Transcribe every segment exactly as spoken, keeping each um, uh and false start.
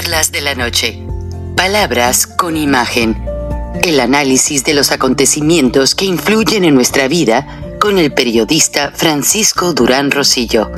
Charlas de la noche. Palabras con imagen. El análisis de los acontecimientos que influyen en nuestra vida con el periodista Francisco Durán Rosillo.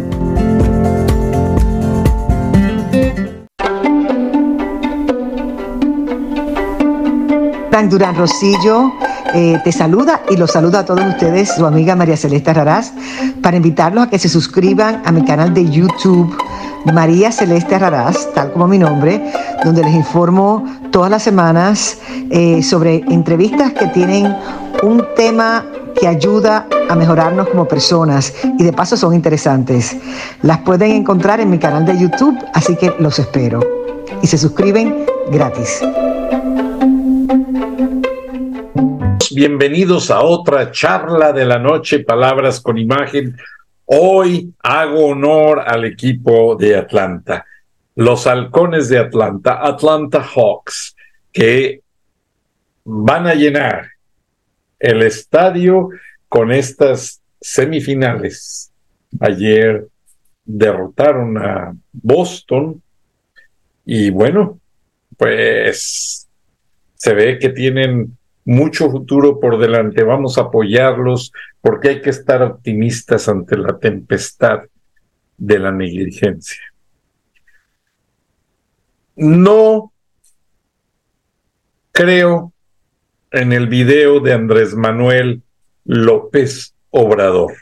Frank Durán Rosillo eh, te saluda y los saluda a todos ustedes, su amiga María Celeste Raraz, para invitarlos a que se suscriban a mi canal de YouTube, María Celeste Raraz, tal como mi nombre, donde les informo todas las semanas eh, sobre entrevistas que tienen un tema que ayuda a mejorarnos como personas y de paso son interesantes. Las pueden encontrar en mi canal de YouTube, así que los espero. Y se suscriben gratis. Bienvenidos a otra charla de la noche, Palabras con Imagen. Hoy hago honor al equipo de Atlanta, los Halcones de Atlanta, Atlanta Hawks, que van a llenar el estadio con estas semifinales. Ayer derrotaron a Boston y bueno, pues se ve que tienen mucho futuro por delante. Vamos a apoyarlos porque hay que estar optimistas ante la tempestad de la negligencia. No creo en el video de Andrés Manuel López Obrador.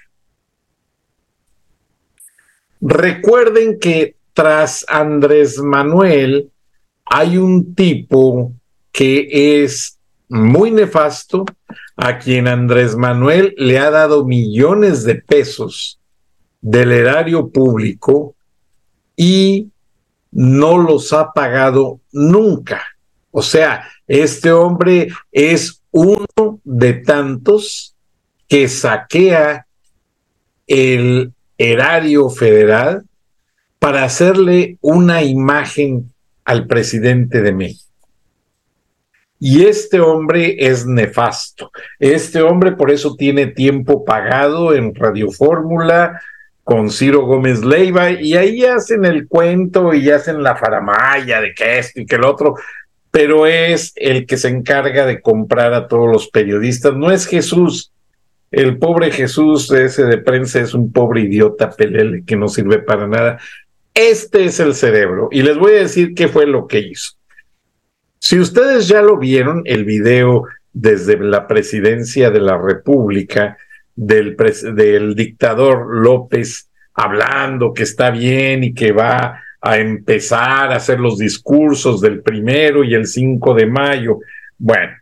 Recuerden que tras Andrés Manuel hay un tipo que es muy nefasto, a quien Andrés Manuel le ha dado millones de pesos del erario público y no los ha pagado nunca. O sea, este hombre es uno de tantos que saquea el erario federal para hacerle una imagen al presidente de México. Y este hombre es nefasto. Este hombre por eso tiene tiempo pagado en Radio Fórmula con Ciro Gómez Leiva y ahí hacen el cuento y hacen la faramaya de que esto y que el otro, pero es el que se encarga de comprar a todos los periodistas. No es Jesús. El pobre Jesús ese de prensa es un pobre idiota pelele que no sirve para nada. Este es el cerebro y les voy a decir qué fue lo que hizo. Si ustedes ya lo vieron, el video desde la presidencia de la República del, pres- del dictador López hablando que está bien y que va a empezar a hacer los discursos del primero y el cinco de mayo. Bueno,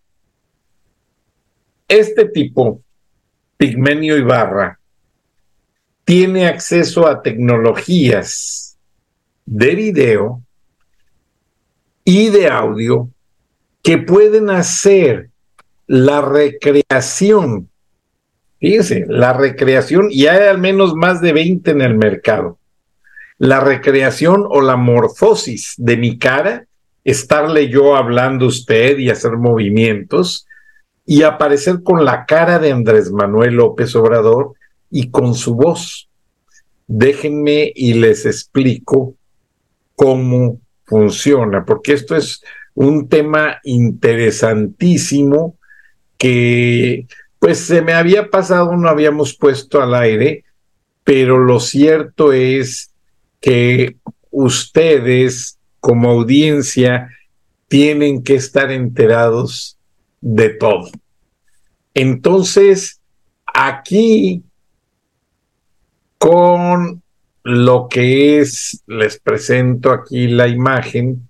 este tipo, Pigmenio Ibarra, tiene acceso a tecnologías de video y de audio que pueden hacer la recreación, fíjense, la recreación, y hay al menos más de veinte en el mercado, la recreación o la morfosis de mi cara, estarle yo hablando a usted y hacer movimientos, y aparecer con la cara de Andrés Manuel López Obrador y con su voz. Déjenme y les explico cómo funciona, porque esto es un tema interesantísimo que pues se me había pasado, no habíamos puesto al aire, pero lo cierto es que ustedes como audiencia tienen que estar enterados de todo. Entonces, aquí con lo que es, les presento aquí la imagen.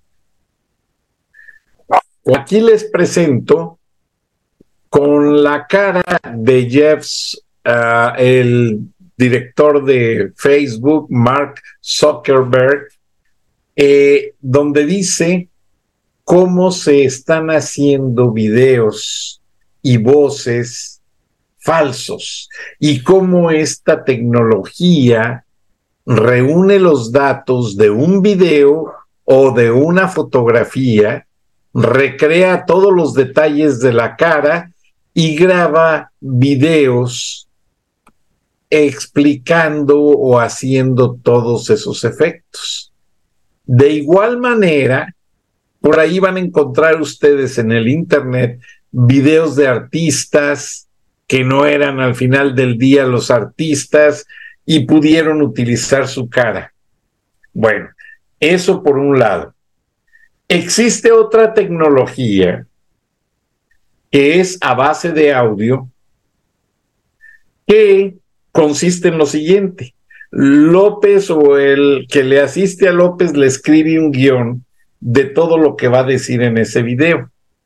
Aquí les presento con la cara de Jeff, uh, el director de Facebook, Mark Zuckerberg, eh, donde dice cómo se están haciendo videos y voces falsos y cómo esta tecnología reúne los datos de un video o de una fotografía, recrea todos los detalles de la cara y graba videos explicando o haciendo todos esos efectos. De igual manera, por ahí van a encontrar ustedes en el internet videos de artistas que no eran al final del día los artistas y pudieron utilizar su cara. Bueno, eso por un lado. Existe otra tecnología que es a base de audio, que consiste en lo siguiente. López o el que le asiste a López le escribe un guión de todo lo que va a decir en ese video.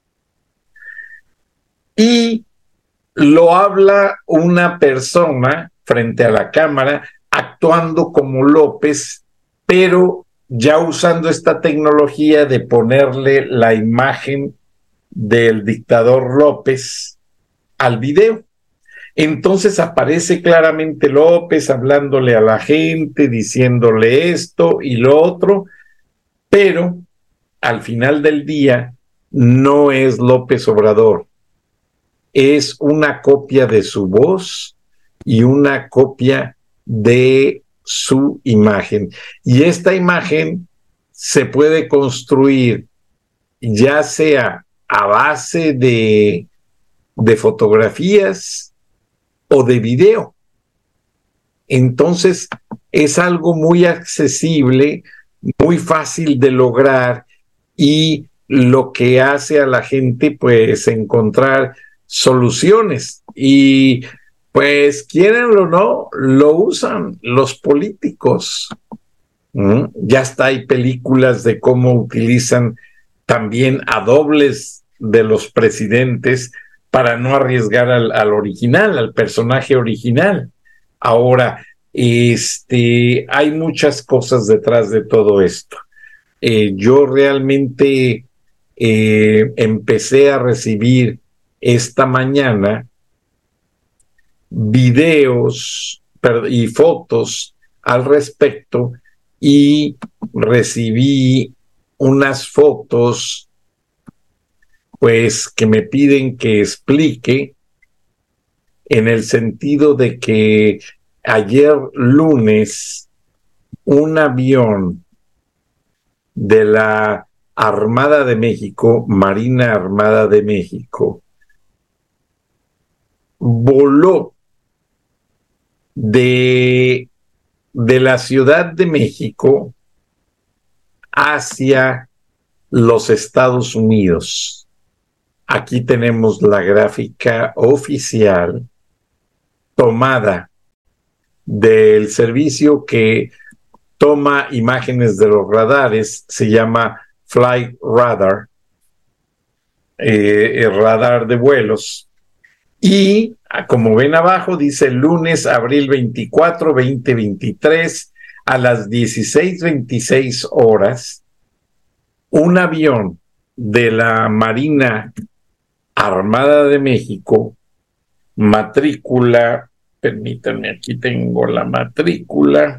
Y lo habla una persona frente a la cámara actuando como López, pero ya usando esta tecnología de ponerle la imagen del dictador López al video. Entonces aparece claramente López hablándole a la gente, diciéndole esto y lo otro, pero al final del día no es López Obrador. Es una copia de su voz y una copia de su imagen. Y esta imagen se puede construir ya sea a base de, de fotografías o de video. Entonces es algo muy accesible, muy fácil de lograr, y lo que hace a la gente pues encontrar soluciones, y pues quieren o no, lo usan los políticos. ¿Mm? Ya está, hay películas de cómo utilizan también a dobles de los presidentes para no arriesgar al, al original, al personaje original. Ahora, este, hay muchas cosas detrás de todo esto. Eh, yo realmente eh, empecé a recibir esta mañana videos y fotos al respecto, y recibí unas fotos pues que me piden que explique, en el sentido de que ayer lunes un avión de la Armada de México, Marina Armada de México, voló de, de la Ciudad de México hacia los Estados Unidos. Aquí tenemos la gráfica oficial tomada del servicio que toma imágenes de los radares, se llama Flight Radar, eh, el radar de vuelos. Y como ven abajo, dice lunes, abril veinticuatro, veinte veintitrés, a las dieciséis veintiséis horas, un avión de la Marina Armada de México, matrícula, permítanme, aquí tengo la matrícula,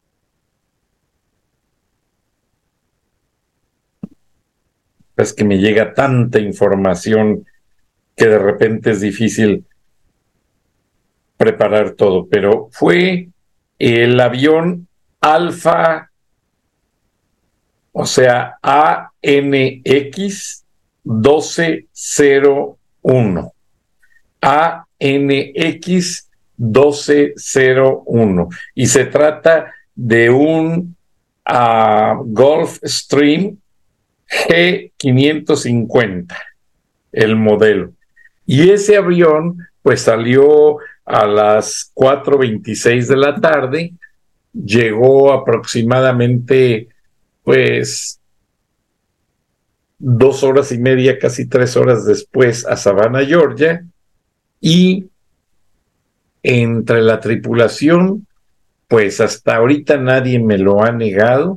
es que me llega tanta información que de repente es difícil preparar todo, pero fue el avión Alfa, o sea, A N X doce cero uno. A N X doce cero uno. Y se trata de un uh, Gulfstream G quinientos cincuenta, el modelo. Y ese avión pues salió a las cuatro veintiséis de la tarde, llegó aproximadamente pues dos horas y media, casi tres horas después a Savannah, Georgia, y entre la tripulación, pues hasta ahorita nadie me lo ha negado,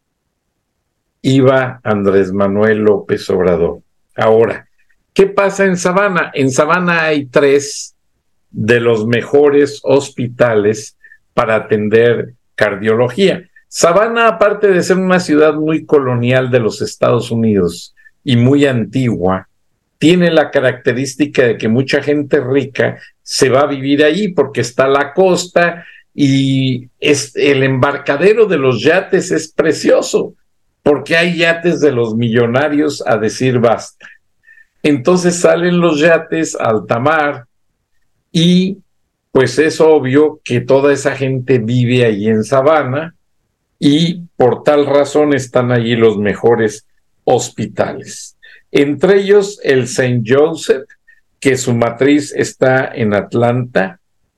iba Andrés Manuel López Obrador. Ahora, ¿qué pasa en Savannah? En Savannah hay tres de los mejores hospitales para atender cardiología. Savannah, aparte de ser una ciudad muy colonial de los Estados Unidos y muy antigua, tiene la característica de que mucha gente rica se va a vivir ahí porque está la costa y es, el embarcadero de los yates es precioso. porque hay yates de los millonarios a decir basta. Entonces salen los yates a alta mar y pues es obvio que toda esa gente vive allí en Savannah y por tal razón están allí los mejores hospitales. Entre ellos el Saint Joseph, que su matriz está en Atlanta,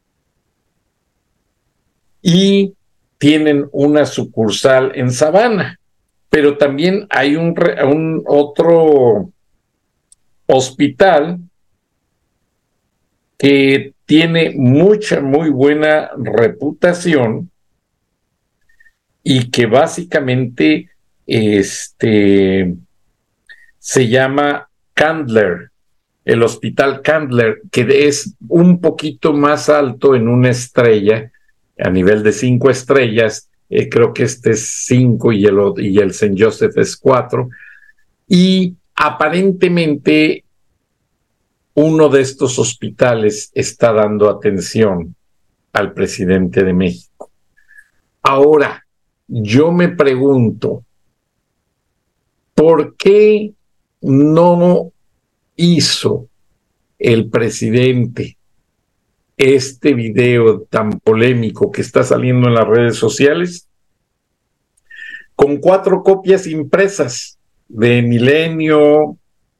y tienen una sucursal en Savannah, pero también hay un, un otro hospital que tiene mucha, muy buena reputación y que básicamente este, se llama Candler, el Hospital Candler, que es un poquito más alto en una estrella, a nivel de cinco estrellas, eh, creo que este es cinco y el, y el Saint Joseph es cuatro, y aparentemente uno de estos hospitales está dando atención al presidente de México. Ahora, yo me pregunto, ¿por qué no hizo el presidente este video tan polémico que está saliendo en las redes sociales con cuatro copias impresas de Milenio,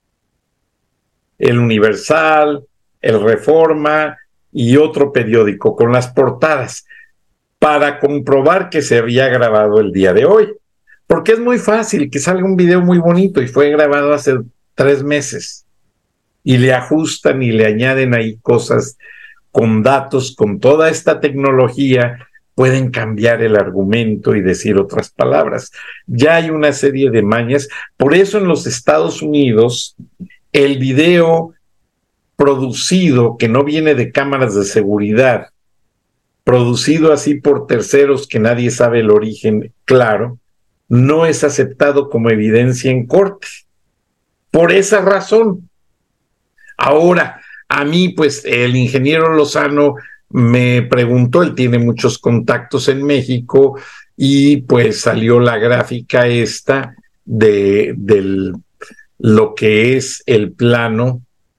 El Universal, El Reforma y otro periódico con las portadas para comprobar que se había grabado el día de hoy? Porque es muy fácil que salga un video muy bonito y fue grabado hace tres meses y le ajustan y le añaden ahí cosas con datos, con toda esta tecnología, pueden cambiar el argumento y decir otras palabras. Ya hay una serie de mañas. Por eso en los Estados Unidos, el video producido, que no viene de cámaras de seguridad, producido así por terceros que nadie sabe el origen claro, no es aceptado como evidencia en corte. Por esa razón. Ahora, a mí, pues, el ingeniero Lozano me preguntó, él tiene muchos contactos en México, y pues salió la gráfica esta de, de lo que es el plano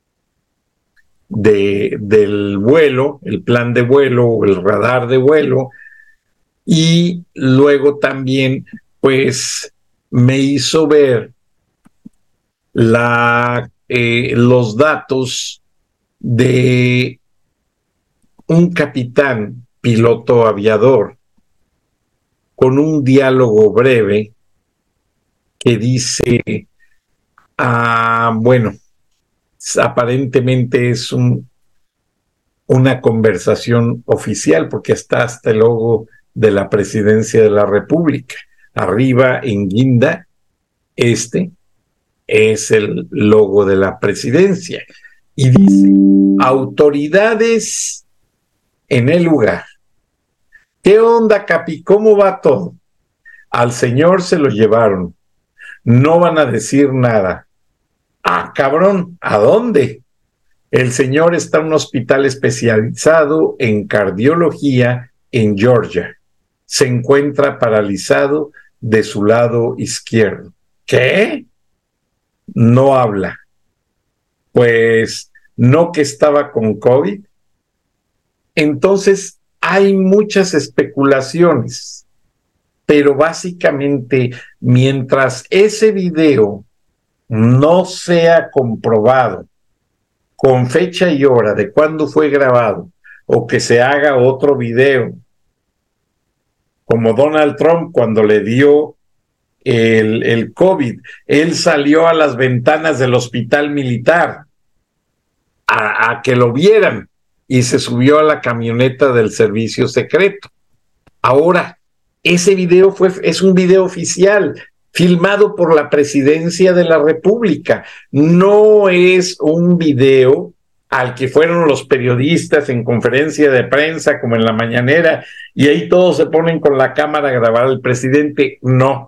de, del vuelo, el plan de vuelo, el radar de vuelo, y luego también, pues, me hizo ver la, eh, los datos de un capitán piloto aviador con un diálogo breve que dice, ah, bueno, aparentemente es un, una conversación oficial porque está hasta el logo de la Presidencia de la República. Arriba en guinda, este es el logo de la presidencia. Y dice, autoridades en el lugar. ¿Qué onda, Capi? ¿Cómo va todo? Al señor se lo llevaron. No van a decir nada. Ah, cabrón, ¿a dónde? El señor está en un hospital especializado en cardiología en Georgia. Se encuentra paralizado de su lado izquierdo. ¿Qué? No habla. Pues no que estaba con COVID. Entonces hay muchas especulaciones, pero básicamente mientras ese video no sea comprobado con fecha y hora de cuándo fue grabado, o que se haga otro video, como Donald Trump cuando le dio el, el COVID, él salió a las ventanas del hospital militar a, a que lo vieran y se subió a la camioneta del servicio secreto. Ahora, ese video fue, es un video oficial, filmado por la Presidencia de la República. No es un video al que fueron los periodistas en conferencia de prensa, como en la mañanera, y ahí todos se ponen con la cámara a grabar al presidente. No.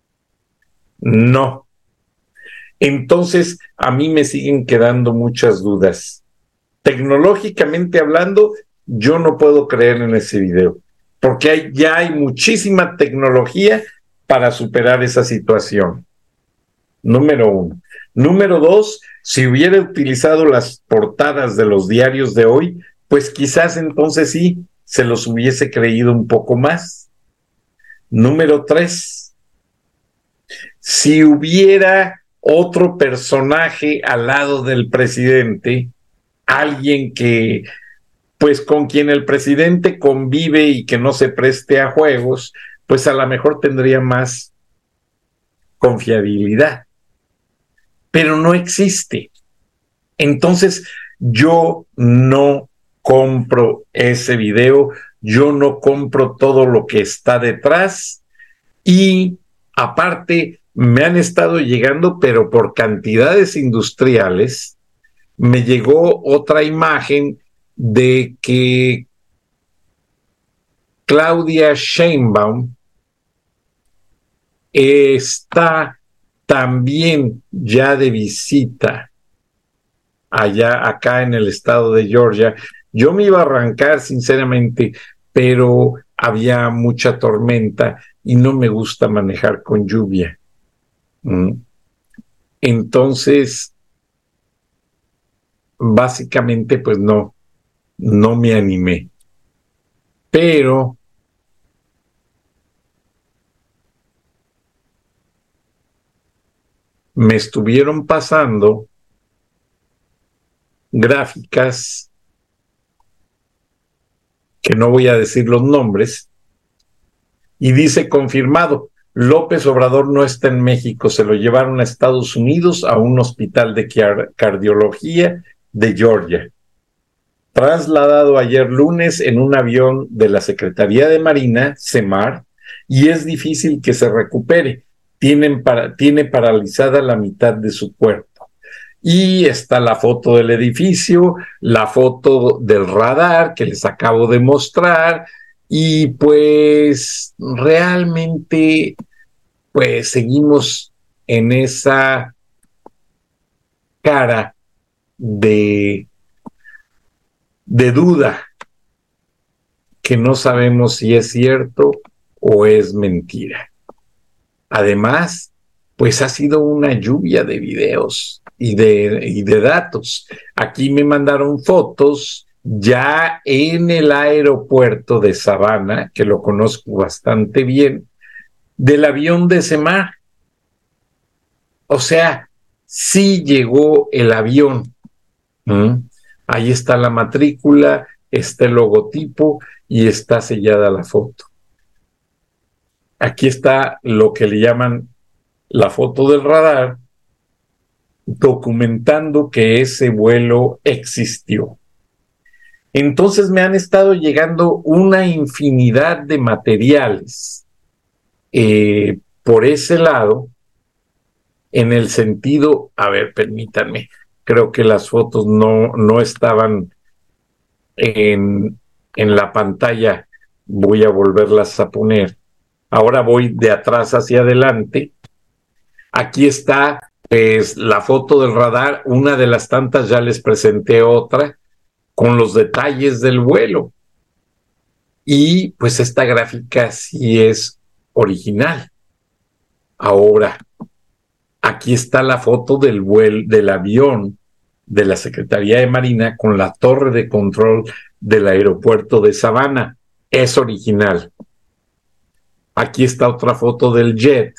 No. Entonces, a mí me siguen quedando muchas dudas. Tecnológicamente hablando, yo no puedo creer en ese video, porque hay, ya hay muchísima tecnología para superar esa situación. Número uno. Número dos, si hubiera utilizado las portadas de los diarios de hoy, pues quizás entonces sí se los hubiese creído un poco más. Número tres, si hubiera otro personaje al lado del presidente, alguien que, pues con quien el presidente convive y que no se preste a juegos, pues a lo mejor tendría más confiabilidad. Pero no existe. Entonces, yo no compro ese video, yo no compro todo lo que está detrás y aparte me han estado llegando, pero por cantidades industriales, me llegó otra imagen de que Claudia Sheinbaum está también ya de visita allá, acá en el estado de Georgia. Yo me iba a arrancar, sinceramente, pero había mucha tormenta y no me gusta manejar con lluvia. ¿Mm? Entonces, básicamente, pues no, no me animé. Pero me estuvieron pasando gráficas, que no voy a decir los nombres, y dice confirmado, López Obrador no está en México, se lo llevaron a Estados Unidos a un hospital de cardiología de Georgia. Trasladado ayer lunes en un avión de la Secretaría de Marina, SEMAR, y es difícil que se recupere. Tienen para, tiene paralizada la mitad de su cuerpo. Y está la foto del edificio, la foto del radar que les acabo de mostrar, y pues realmente pues seguimos en esa cara de, de duda, que no sabemos si es cierto o es mentira. Además, pues ha sido una lluvia de videos y de, y de datos. Aquí me mandaron fotos ya en el aeropuerto de Savannah, que lo conozco bastante bien, del avión de SEMAR. O sea, sí llegó el avión. ¿Mm? Ahí está la matrícula, está el logotipo y está sellada la foto. Aquí está lo que le llaman la foto del radar, documentando que ese vuelo existió. Entonces me han estado llegando una infinidad de materiales eh, por ese lado, en el sentido, a ver, permítanme, creo que las fotos no, no estaban en, en la pantalla, voy a volverlas a poner. Ahora voy de atrás hacia adelante. Aquí está pues, la foto del radar, una de las tantas, ya les presenté otra, con los detalles del vuelo. Y pues esta gráfica sí es original. Ahora, aquí está la foto del vuelo, del avión de la Secretaría de Marina con la torre de control del aeropuerto de Savannah. Es original. Aquí está otra foto del jet.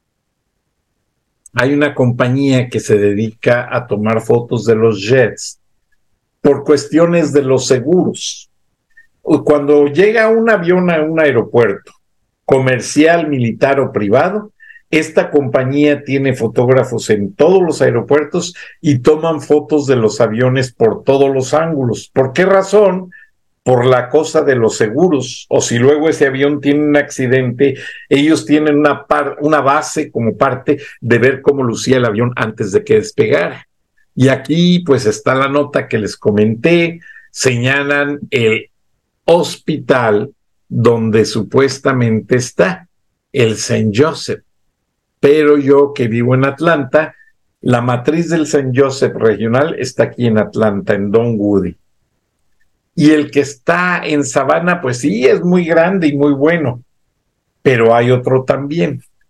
Hay una compañía que se dedica a tomar fotos de los jets por cuestiones de los seguros. Cuando llega un avión a un aeropuerto comercial, militar o privado, esta compañía tiene fotógrafos en todos los aeropuertos y toman fotos de los aviones por todos los ángulos. ¿Por qué razón? Por la cosa de los seguros, o si luego ese avión tiene un accidente, ellos tienen una, par, una base como parte de ver cómo lucía el avión antes de que despegara. Y aquí pues está la nota que les comenté, señalan el hospital donde supuestamente está el Saint Joseph, pero yo que vivo en Atlanta, la matriz del Saint Joseph regional está aquí en Atlanta, en Dunwoody. Y el que está en Savannah, pues sí, es muy grande y muy bueno, pero hay otro también.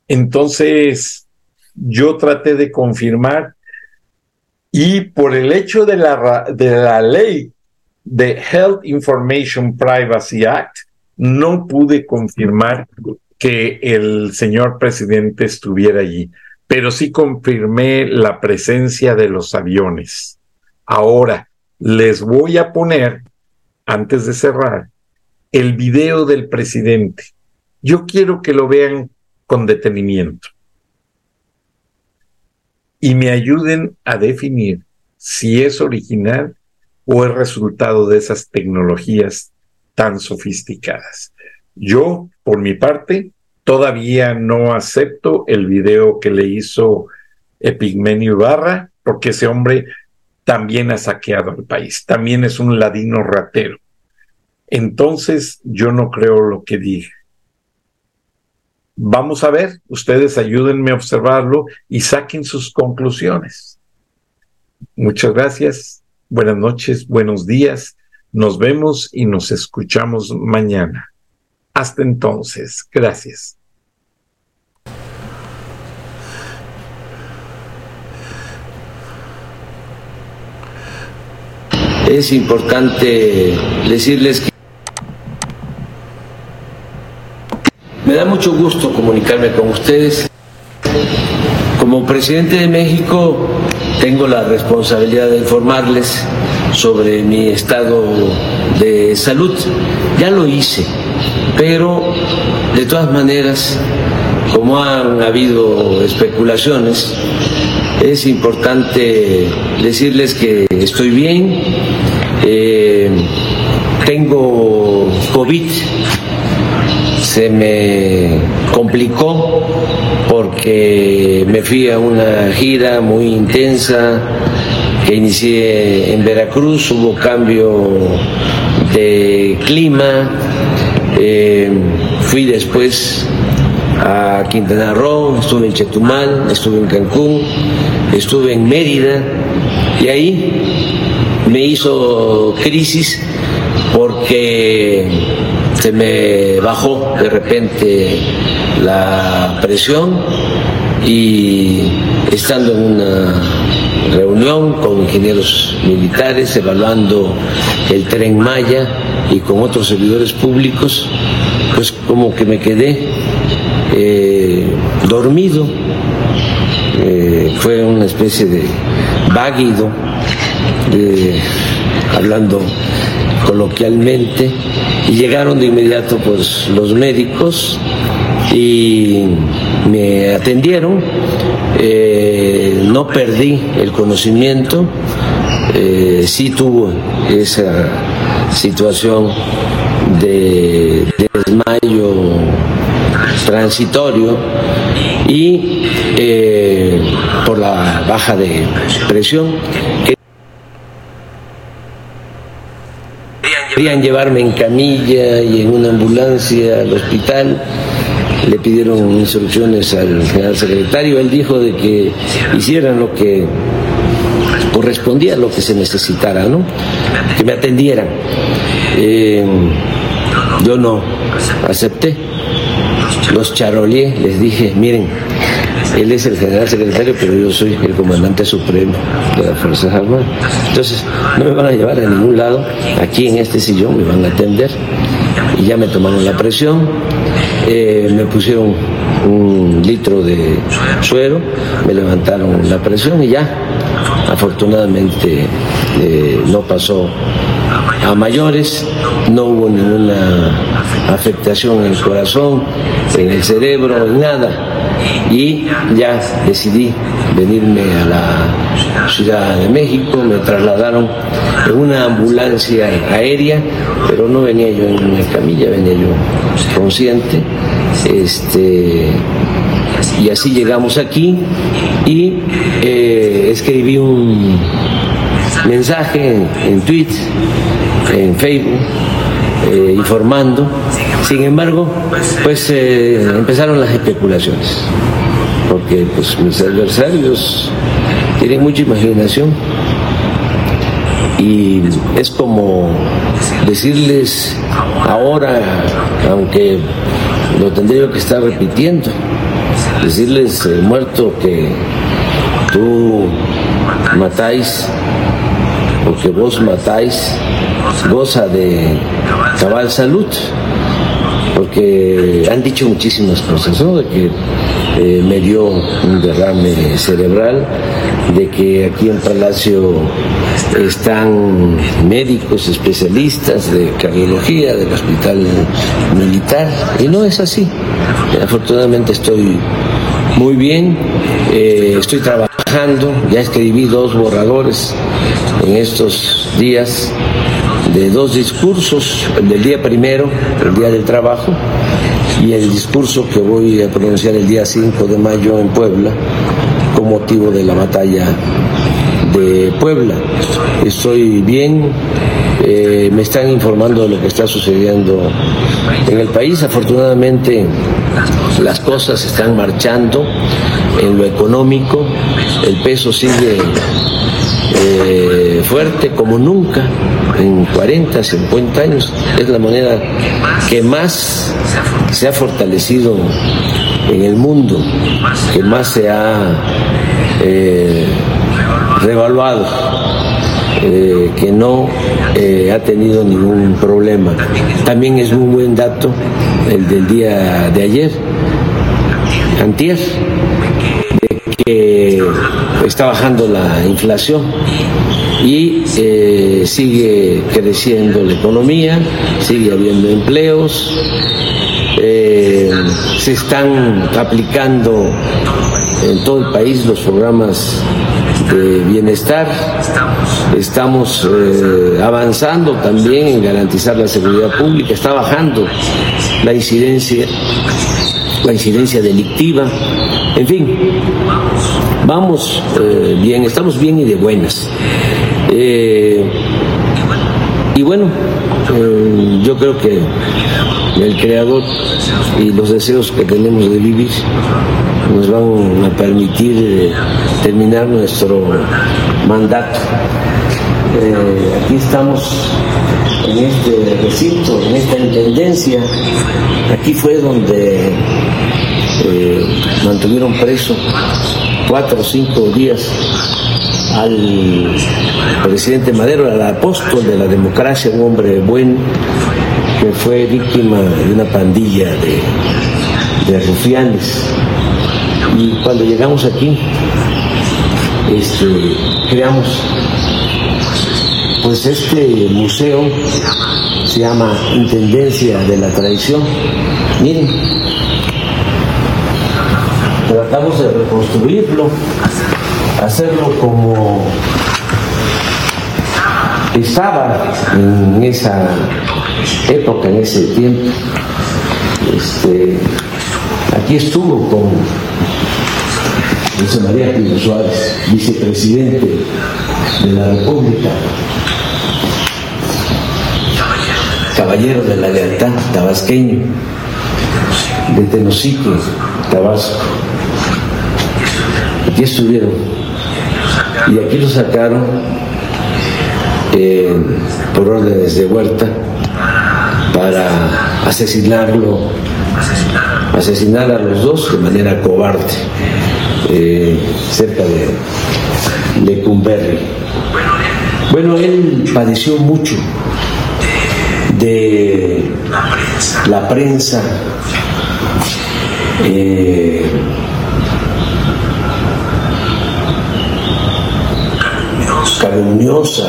Entonces, yo traté de confirmar, y por el hecho de la, de la ley de Health Information Privacy Act, no pude confirmar que el señor presidente estuviera allí, pero sí confirmé la presencia de los aviones. Ahora, les voy a poner, antes de cerrar, el video del presidente. Yo quiero que lo vean con detenimiento y me ayuden a definir si es original o es resultado de esas tecnologías tan sofisticadas. Yo, por mi parte, todavía no acepto el video que le hizo Epigmenio Ibarra, porque ese hombre también ha saqueado al país, también es un ladino ratero. Entonces, yo no creo lo que dije. Vamos a ver, ustedes ayúdenme a observarlo y saquen sus conclusiones. Muchas gracias, buenas noches, buenos días, nos vemos y nos escuchamos mañana. Hasta entonces, gracias. Es importante decirles que me da mucho gusto comunicarme con ustedes. Como presidente de México, tengo la responsabilidad de informarles sobre mi estado de salud. Ya lo hice, pero de todas maneras, como han habido especulaciones, es importante decirles que estoy bien, eh, tengo COVID. Se me complicó porque me fui a una gira muy intensa que inicié en Veracruz, hubo cambio de clima, eh, fui después a Quintana Roo, estuve en Chetumal, estuve en Cancún, estuve en Mérida, y ahí me hizo crisis porque se me bajó de repente la presión, y estando en una reunión con ingenieros militares evaluando el Tren Maya y con otros servidores públicos, pues como que me quedé eh, dormido, eh, fue una especie de váguido, eh, hablando coloquialmente, y llegaron de inmediato pues los médicos y me atendieron. Eh, no perdí el conocimiento, eh, sí tuve esa situación de, de desmayo transitorio y eh, por la baja de presión. Querían llevarme en camilla y en una ambulancia al hospital. Le pidieron instrucciones al general secretario. Él dijo de que hicieran lo que correspondía, lo que se necesitara, ¿no? Que me atendieran. Eh, yo no acepté. Los charoleé, les dije, miren, él es el general secretario, pero yo soy el comandante supremo de las Fuerzas Armadas. Entonces, no me van a llevar a ningún lado. Aquí en este sillón me van a atender. Y ya me tomaron la presión, eh, me pusieron un litro de suero, me levantaron la presión y ya, afortunadamente eh, no pasó a mayores, no hubo ninguna afectación en el corazón, en el cerebro, nada. Y ya decidí venirme a la Ciudad de México, me trasladaron en una ambulancia aérea, pero no venía yo en una camilla, venía yo consciente, este, y así llegamos aquí y eh, escribí un mensaje en, en Twitter, en Facebook, eh, informando. Sin embargo, pues eh, empezaron las especulaciones, porque pues mis adversarios tienen mucha imaginación y es como decirles ahora, aunque lo tendría que estar repitiendo, decirles, el muerto que tú matáis o que vos matáis goza de cabal salud, porque han dicho muchísimas cosas, ¿no? De que eh, me dio un derrame cerebral, de que aquí en Palacio están médicos especialistas de cardiología del hospital militar, y no es así. Afortunadamente estoy muy bien, eh, estoy trabajando, ya escribí dos borradores en estos días de dos discursos, el del día primero, el día del trabajo, y el discurso que voy a pronunciar el día cinco de mayo en Puebla, con motivo de la batalla de Puebla. Estoy bien, eh, me están informando de lo que está sucediendo en el país. Afortunadamente las cosas están marchando en lo económico, el peso sigue eh, fuerte como nunca en cuarenta, cincuenta años. Es la moneda que más se ha fortalecido en el mundo, que más se ha eh, revaluado, eh, que no eh, ha tenido ningún problema. También es un buen dato el del día de ayer, antier, de que está bajando la inflación y eh, sigue creciendo la economía, sigue habiendo empleos, eh, se están aplicando en todo el país los programas de bienestar, estamos eh, avanzando también en garantizar la seguridad pública, está bajando la incidencia, la incidencia delictiva, en fin, vamos eh, bien, estamos bien y de buenas. Eh, y bueno, eh, yo creo que el Creador y los deseos que tenemos de vivir nos van a permitir eh, terminar nuestro mandato. Eh, aquí estamos en este recinto, en esta intendencia. Aquí fue donde eh, mantuvieron preso cuatro o cinco días al presidente Madero, al apóstol de la democracia, un hombre bueno que fue víctima de una pandilla de, de rufianes. Y cuando llegamos aquí, este, creamos pues este museo, se llama Intendencia de la Traición. Miren, tratamos de reconstruirlo, hacerlo como estaba en esa época, en ese tiempo. Este, aquí estuvo con José María Pino Suárez, vicepresidente de la República, caballero de la lealtad, tabasqueño, de Tenosique, Tabasco. Aquí estuvieron y aquí lo sacaron eh, por órdenes de Huerta para asesinarlo, asesinar a los dos de manera cobarde, eh, cerca de Lecumberri. Bueno, él padeció mucho de la prensa eh, calumniosa.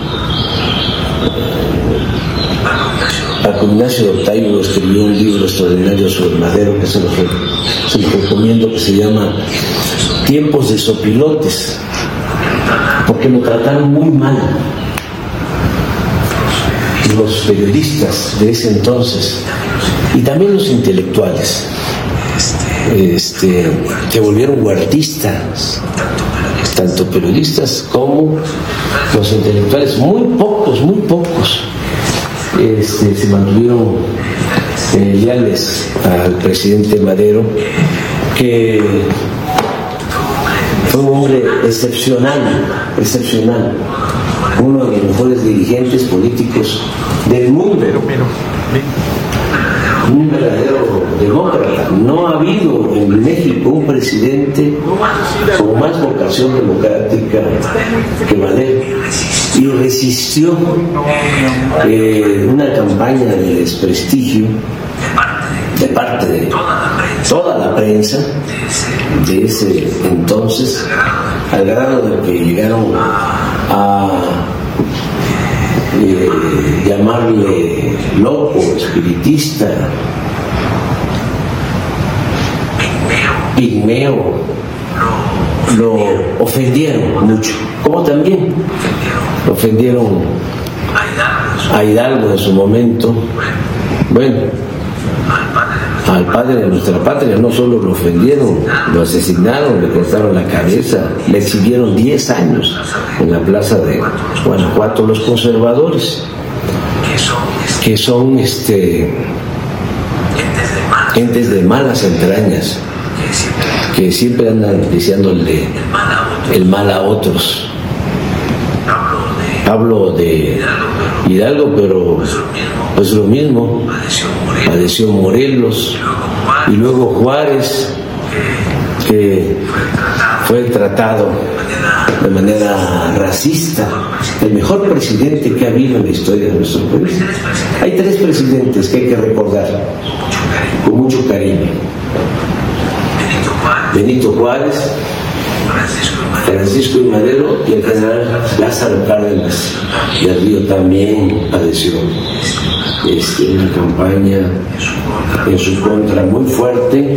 Paco Ignacio Octavio escribió un libro extraordinario sobre Madero que se lo, se lo recomiendo, que se llama Tiempos de Sopilotes, porque lo trataron muy mal los periodistas de ese entonces y también los intelectuales, este, que volvieron huertistas, tanto periodistas como los intelectuales. Muy pocos, muy pocos este, se mantuvieron eh, leales al presidente Madero, que fue un hombre excepcional, excepcional, uno de los mejores dirigentes políticos del mundo, un verdadero demócrata. No ha habido en México un presidente con más vocación democrática que Madero, y resistió eh, una campaña de desprestigio de parte de toda la prensa de ese entonces, al grado de que llegaron a eh, llamarle loco, espiritista, pigmeo. Lo ofendieron mucho, como también ofendieron a Hidalgo en su momento. Bueno, al padre de nuestra patria no solo lo ofendieron, lo asesinaron, le cortaron la cabeza, le exhibieron diez años en la plaza de Guanajuato los conservadores, que son este gentes de malas entrañas, que siempre andan deseándole el mal a otros. Hablo de Hidalgo, pero pues lo mismo, padeció Morelos, y luego Juárez, que fue tratado de manera racista, el mejor presidente que ha habido en la historia de nuestro país. Hay tres presidentes que hay que recordar con mucho cariño: Benito Juárez, Francisco y Madero, y el general Lázaro Cárdenas del Río también padeció este, una campaña en su contra muy fuerte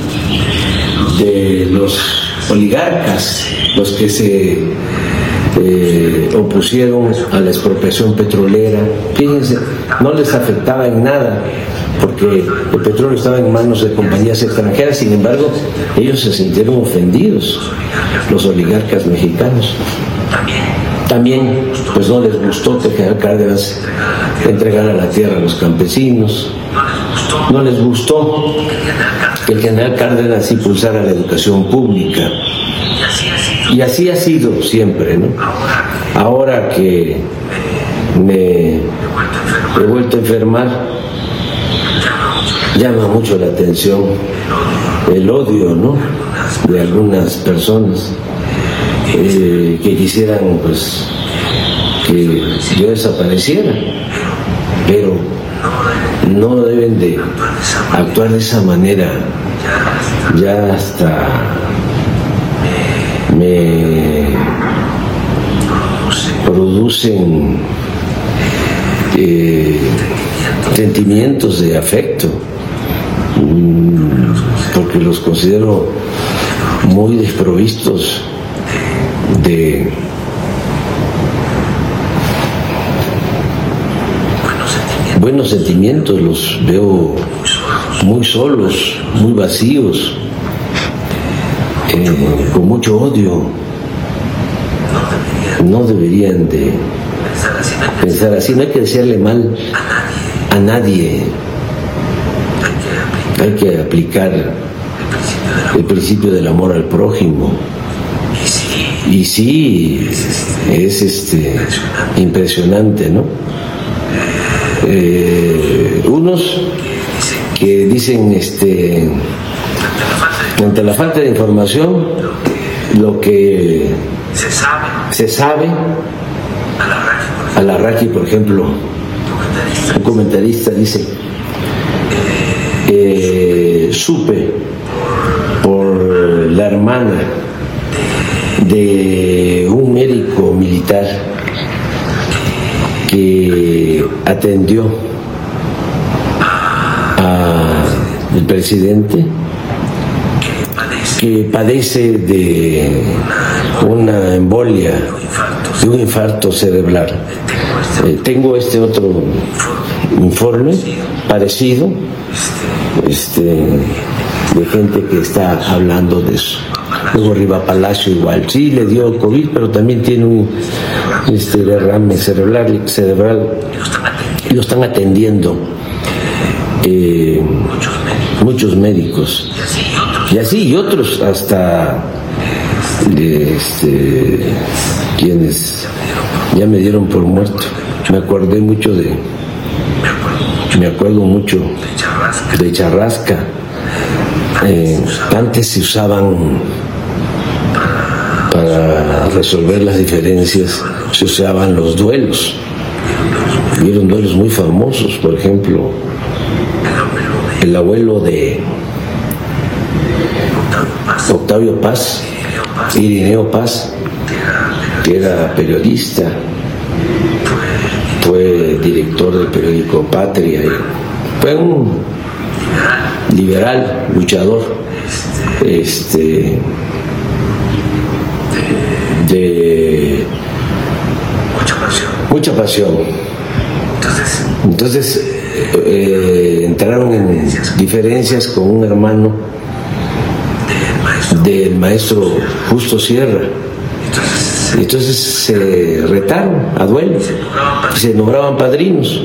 de los oligarcas, los que se eh, opusieron a la expropiación petrolera. Fíjense, no les afectaba en nada, porque el petróleo estaba en manos de compañías extranjeras. Sin embargo, ellos se sintieron ofendidos, los oligarcas mexicanos. También, pues no les gustó que el general Cárdenas entregara la tierra a los campesinos. No les gustó que el general Cárdenas impulsara la educación pública. Y así ha sido siempre, ¿no? Ahora que me he vuelto a enfermar, llama mucho la atención el odio, ¿no?, de algunas personas eh, que quisieran, pues, que yo desapareciera, pero no deben de actuar de esa manera. Ya hasta me producen eh, sentimientos de afecto, porque los considero muy desprovistos de buenos sentimientos. Los veo muy solos, muy vacíos, eh, con mucho odio. No deberían de pensar así. No hay que desearle mal a nadie. Hay que aplicar el principio del amor al prójimo. Y sí, es este impresionante, ¿no? Eh, unos que dicen, este, ante la falta de información, lo que se sabe, se sabe Alarraqui, por ejemplo, un comentarista dice: eh, supe por la hermana de un médico militar que atendió al presidente, que padece de una embolia, de un infarto cerebral. Eh, tengo este otro informe parecido, este, de gente que está hablando de eso. Luego Riva Palacio igual, sí le dio COVID, pero también tiene un este, derrame cerebral, cerebral y lo están atendiendo eh, muchos médicos. Y así, y otros hasta este, quienes ya me dieron por muerto. Me acordé mucho de, me acuerdo mucho de Charrasca, Eh, antes se usaban, para resolver las diferencias, se usaban los duelos. Hubieron duelos muy famosos, por ejemplo, el abuelo de Octavio Paz, Irineo Paz, que era periodista, fue director del periódico Patria, fue un liberal, luchador, este, de mucha pasión. Entonces eh, entraron en diferencias con un hermano del maestro Justo Sierra. Entonces se retaron a duelo, se nombraban padrinos.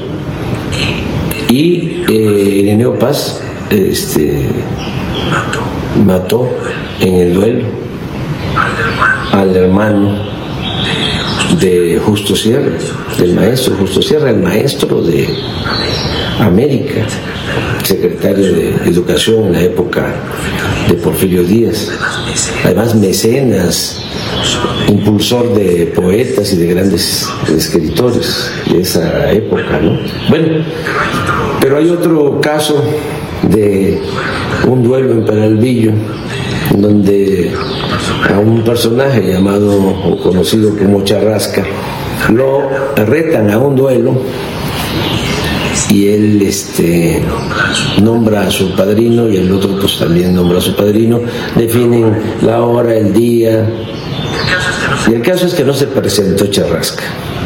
Y eh, Irineo Paz este, mató en el duelo al hermano de Justo Sierra, del maestro Justo Sierra, el maestro de América, secretario de Educación en la época de Porfirio Díaz, además mecenas, impulsor de poetas y de grandes escritores de esa época, ¿no? Bueno, pero hay otro caso de un duelo en Peralvillo, donde a un personaje llamado o conocido como Charrasca lo retan a un duelo y él este, nombra a su padrino y el otro pues también nombra a su padrino, definen la hora, el día, y el caso es que no se presentó Charrasca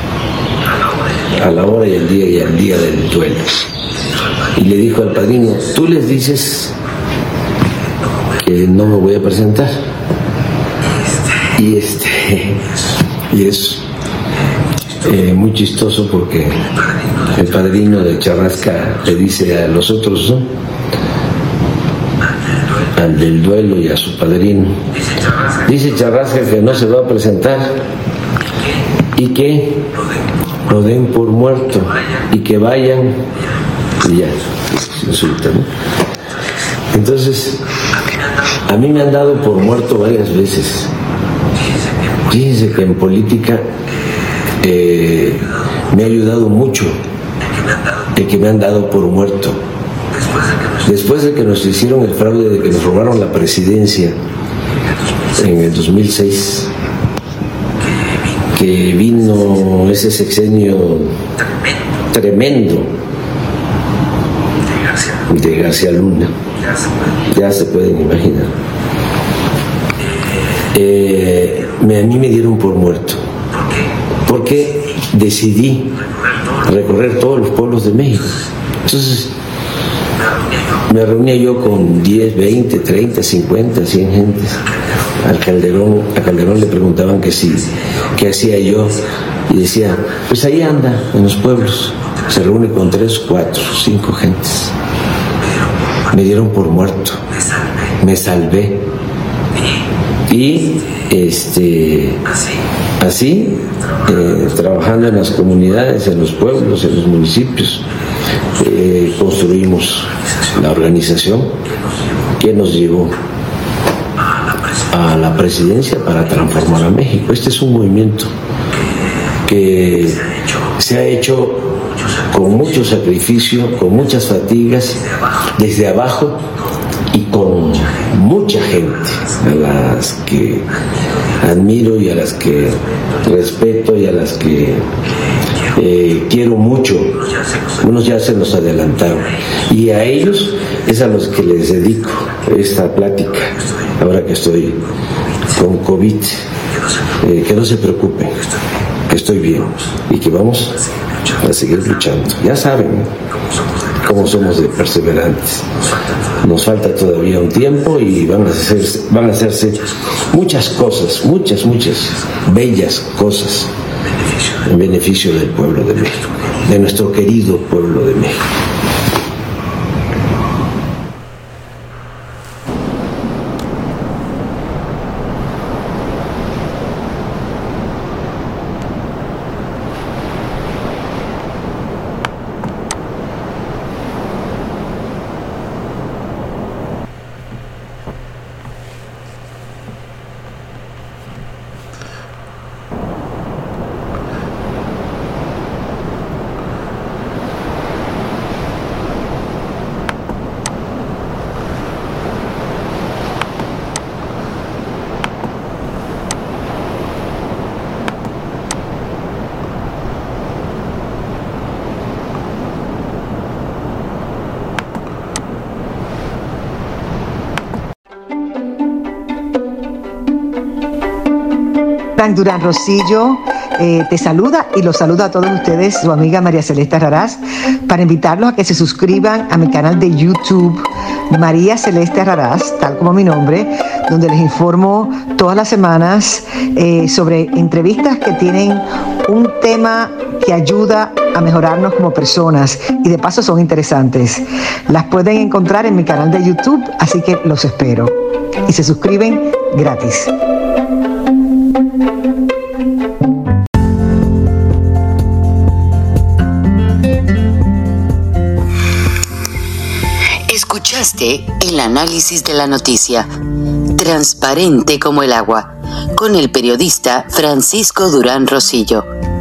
a la hora y el día y al día del duelo, y le dijo al padrino: tú les dices que no me voy a presentar. Y este y es eh, muy chistoso porque el padrino de Charrasca le dice a los otros, ¿no?, al del duelo y a su padrino, dice Charrasca que no se va a presentar y que lo den por muerto y que vayan, y ya, insulta, ¿no? Entonces, a mí me han dado por muerto varias veces. Fíjense que en política eh, me ha ayudado mucho el que me han dado por muerto. Después de que nos hicieron el fraude de que nos robaron la presidencia en el dos mil seis, que vino ese sexenio tremendo de García Luna, ya se pueden imaginar. Eh, me, a mí me dieron por muerto porque decidí recorrer todos los pueblos de México. Entonces me reunía yo con diez, veinte, treinta, cincuenta, cien gentes. Al Calderón, a Calderón le preguntaban que sí, qué hacía yo, y decía: pues ahí anda en los pueblos, se reúne con tres, cuatro, cinco gentes. Me dieron por muerto, me salvé. Y este, así, eh, trabajando en las comunidades, en los pueblos, en los municipios, eh, construimos la organización que nos llevó a la presidencia para transformar a México. Este es un movimiento que se ha hecho con mucho sacrificio, con muchas fatigas, desde abajo y con mucha gente a las que admiro y a las que respeto y a las que eh, quiero mucho. Unos ya se nos adelantaron y a ellos es a los que les dedico esta plática ahora que estoy con COVID. Eh, que no se preocupen, que estoy bien y que vamos a seguir luchando. Ya saben cómo somos de perseverantes. Nos falta todavía un tiempo y van a hacerse, van a hacerse muchas cosas, muchas, muchas bellas cosas en beneficio del pueblo de México, de nuestro querido pueblo de México. están? Durán Rosillo eh, te saluda y los saluda a todos ustedes, su amiga María Celeste Raraz, para invitarlos a que se suscriban a mi canal de YouTube, María Celeste Raraz, tal como mi nombre, donde les informo todas las semanas eh, sobre entrevistas que tienen un tema que ayuda a mejorarnos como personas y de paso son interesantes. Las pueden encontrar en mi canal de YouTube, así que los espero. Y se suscriben gratis. Escuchaste el análisis de la noticia, transparente como el agua, con el periodista Francisco Durán Rosillo.